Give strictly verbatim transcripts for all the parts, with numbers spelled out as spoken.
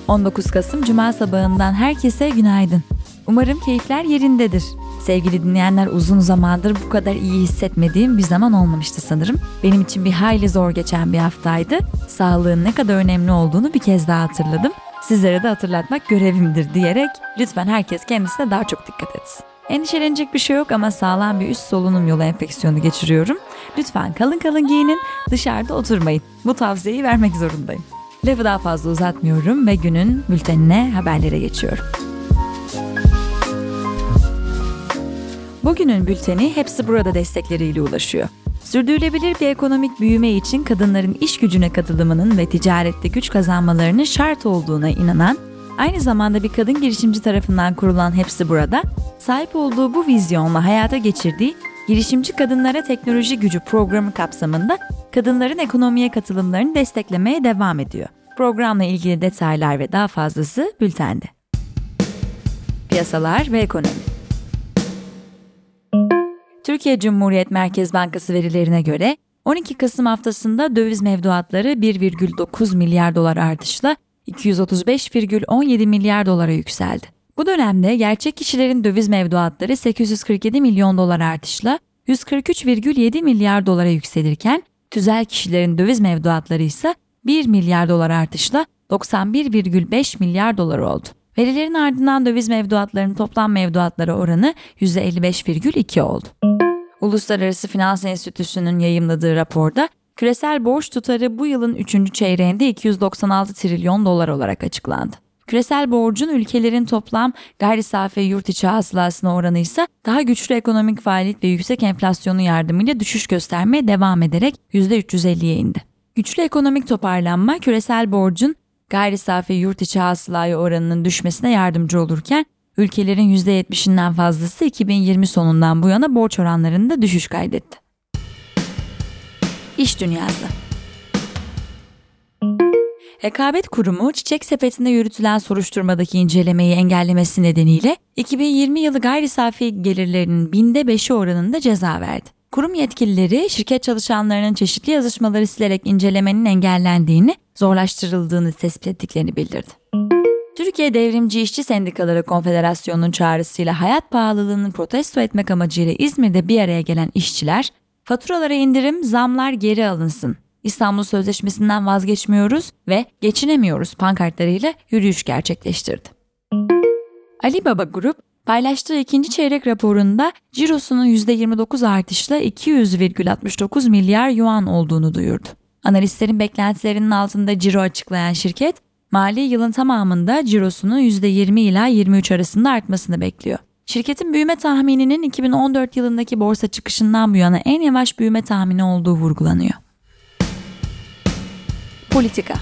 on dokuz Kasım Cuma sabahından herkese günaydın. Umarım keyifler yerindedir. Sevgili dinleyenler, uzun zamandır bu kadar iyi hissetmediğim bir zaman olmamıştı sanırım. Benim için bir hayli zor geçen bir haftaydı. Sağlığın ne kadar önemli olduğunu bir kez daha hatırladım. Sizlere de hatırlatmak görevimdir diyerek lütfen herkes kendisine daha çok dikkat etsin. Endişelenecek bir şey yok ama sağlam bir üst solunum yolu enfeksiyonu geçiriyorum. Lütfen kalın kalın giyinin, dışarıda oturmayın. Bu tavsiyeyi vermek zorundayım. Lafı daha fazla uzatmıyorum ve günün bültenine, haberlere geçiyorum. Bugünün bülteni Hepsi Burada destekleriyle ulaşıyor. Sürdürülebilir bir ekonomik büyüme için kadınların iş gücüne katılımının ve ticarette güç kazanmalarının şart olduğuna inanan, aynı zamanda bir kadın girişimci tarafından kurulan Hepsi Burada, sahip olduğu bu vizyonla hayata geçirdiği Girişimci Kadınlara Teknoloji Gücü programı kapsamında kadınların ekonomiye katılımlarını desteklemeye devam ediyor. Programla ilgili detaylar ve daha fazlası bültende. Piyasalar ve ekonomi. Türkiye Cumhuriyet Merkez Bankası verilerine göre on iki Kasım haftasında döviz mevduatları bir virgül dokuz milyar dolar artışla iki yüz otuz beş virgül on yedi milyar dolara yükseldi. Bu dönemde gerçek kişilerin döviz mevduatları sekiz yüz kırk yedi milyon dolar artışla yüz kırk üç virgül yedi milyar dolara yükselirken tüzel kişilerin döviz mevduatları ise bir milyar dolar artışla doksan bir virgül beş milyar dolar oldu. Verilerin ardından döviz mevduatlarının toplam mevduatlara oranı yüzde elli beş virgül iki oldu. Uluslararası Finans Enstitüsü'nün yayımladığı raporda küresel borç tutarı bu yılın üçüncü çeyreğinde iki yüz doksan altı trilyon dolar olarak açıklandı. Küresel borcun ülkelerin toplam gayri safi yurt içi hasılasına oranı ise daha güçlü ekonomik faaliyet ve yüksek enflasyonun yardımıyla düşüş göstermeye devam ederek yüzde üç yüz elliye indi. Güçlü ekonomik toparlanma küresel borcun gayri safi yurt içi hasılaya oranının düşmesine yardımcı olurken ülkelerin yüzde yetmişinden fazlası iki bin yirmi sonundan bu yana borç oranlarında düşüş kaydetti. İş dünyası. Rekabet Kurumu, Çiçek Sepeti'nde yürütülen soruşturmadaki incelemeyi engellemesi nedeniyle iki bin yirmi yılı gayri safi gelirlerinin binde beşi oranında ceza verdi. Kurum yetkilileri şirket çalışanlarının çeşitli yazışmaları silerek incelemenin engellendiğini, zorlaştırıldığını tespit ettiklerini bildirdi. Türkiye Devrimci İşçi Sendikaları Konfederasyonu'nun çağrısıyla hayat pahalılığını protesto etmek amacıyla İzmir'de bir araya gelen işçiler, faturalara indirim, zamlar geri alınsın, İstanbul Sözleşmesi'nden vazgeçmiyoruz ve geçinemiyoruz pankartlarıyla yürüyüş gerçekleştirdi. Ali Baba Grup, paylaştığı ikinci çeyrek raporunda cirosunun yüzde yirmi dokuz artışla iki yüz virgül altmış dokuz milyar yuan olduğunu duyurdu. Analistlerin beklentilerinin altında ciro açıklayan şirket, mali yılın tamamında cirosunun yüzde yirmi ila yirmi üç arasında artmasını bekliyor. Şirketin büyüme tahmininin iki bin on dört yılındaki borsa çıkışından bu yana en yavaş büyüme tahmini olduğu vurgulanıyor. Politika.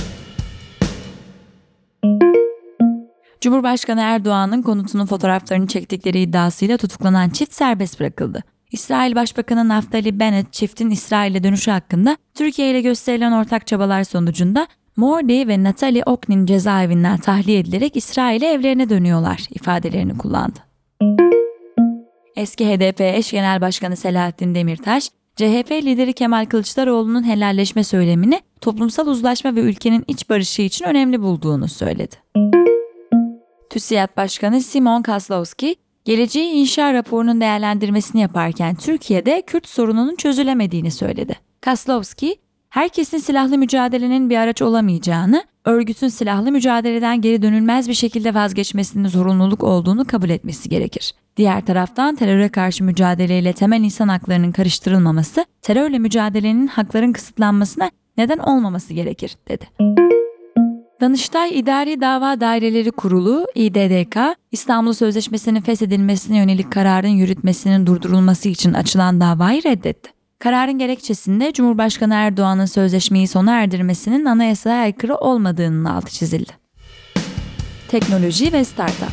Cumhurbaşkanı Erdoğan'ın konutunun fotoğraflarını çektikleri iddiasıyla tutuklanan çift serbest bırakıldı. İsrail Başbakanı Naftali Bennett çiftin İsrail'e dönüşü hakkında Türkiye ile gösterilen ortak çabalar sonucunda Mordi ve Natalie Oknin cezaevinden tahliye edilerek İsrail'e evlerine dönüyorlar ifadelerini kullandı. Eski H D P eş genel başkanı Selahattin Demirtaş, C H P lideri Kemal Kılıçdaroğlu'nun helalleşme söylemini toplumsal uzlaşma ve ülkenin iç barışı için önemli bulduğunu söyledi. TÜSİAD Başkanı Simon Kaslowski, geleceği inşa raporunun değerlendirmesini yaparken Türkiye'de Kürt sorununun çözülemediğini söyledi. Kaslowski, herkesin silahlı mücadelenin bir araç olamayacağını, örgütün silahlı mücadeleden geri dönülmez bir şekilde vazgeçmesinin zorunluluk olduğunu kabul etmesi gerekir. Diğer taraftan teröre karşı mücadeleyle temel insan haklarının karıştırılmaması, terörle mücadelenin hakların kısıtlanmasına neden olmaması gerekir, dedi. Danıştay İdari Dava Daireleri Kurulu İ D D K, İstanbul Sözleşmesi'nin feshedilmesine yönelik kararın yürütmesinin durdurulması için açılan davayı reddetti. Kararın gerekçesinde Cumhurbaşkanı Erdoğan'ın sözleşmeyi sona erdirmesinin anayasaya aykırı olmadığının altı çizildi. Teknoloji ve Startup.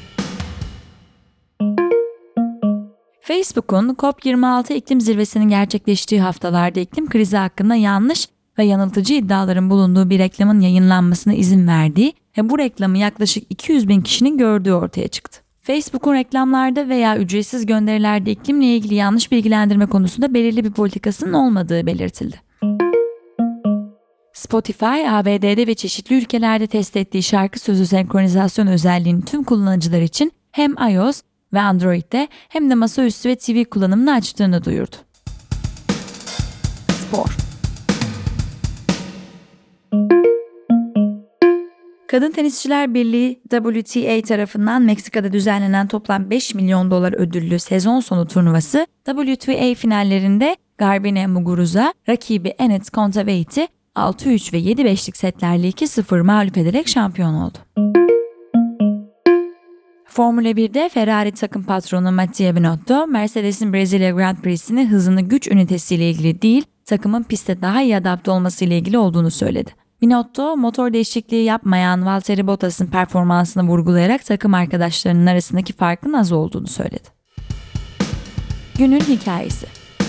Facebook'un COP yirmi altı iklim zirvesinin gerçekleştiği haftalarda iklim krizi hakkında yanlış ve yanıltıcı iddiaların bulunduğu bir reklamın yayınlanmasına izin verdiği ve bu reklamı yaklaşık iki yüz bin kişinin gördüğü ortaya çıktı. Facebook'un reklamlarda veya ücretsiz gönderilerde iklimle ilgili yanlış bilgilendirme konusunda belirli bir politikasının olmadığı belirtildi. Spotify, A B D'de ve çeşitli ülkelerde test ettiği şarkı sözü senkronizasyon özelliğini tüm kullanıcılar için hem iOS ve Android'de hem de masaüstü ve T V kullanımını açtığını duyurdu. Spor. Kadın Tenisçiler Birliği W T A tarafından Meksika'da düzenlenen toplam beş milyon dolar ödüllü sezon sonu turnuvası W T A finallerinde Garbine Muguruza rakibi Enes Kontaveit altı üç ve yedi beşlik setlerle iki sıfır mağlup ederek şampiyon oldu. Formula birde Ferrari takım patronu Mattia Binotto, Mercedes'in Brezilya Grand Prix'sini hızını güç ünitesiyle ilgili değil, takımın piste daha iyi adapte olmasıyla ilgili olduğunu söyledi. Binotto, motor değişikliği yapmayan Valtteri Bottas'ın performansını vurgulayarak takım arkadaşlarının arasındaki farkın az olduğunu söyledi. Günün hikayesi.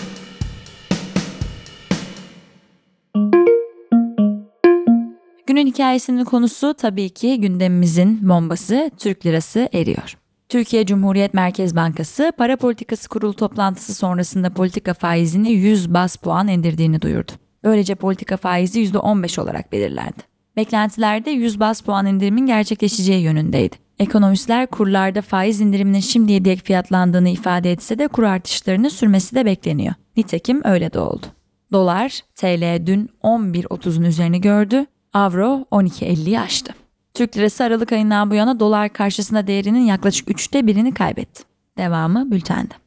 Günün hikayesinin konusu tabii ki gündemimizin bombası, Türk lirası eriyor. Türkiye Cumhuriyet Merkez Bankası para politikası kurulu toplantısı sonrasında politika faizini yüz baz puan indirdiğini duyurdu. Böylece politika faizi yüzde on beş olarak belirlendi. Beklentilerde yüz baz puan indirimin gerçekleşeceği yönündeydi. Ekonomistler kurlarda faiz indiriminin şimdiye dek fiyatlandığını ifade etse de kur artışlarının sürmesi de bekleniyor. Nitekim öyle de oldu. Dolar, T L dün on bir otuzun üzerini gördü, Avro on iki elliyi aştı. Türk lirası Aralık ayından bu yana dolar karşısında değerinin yaklaşık üçte birini kaybetti. Devamı bültende.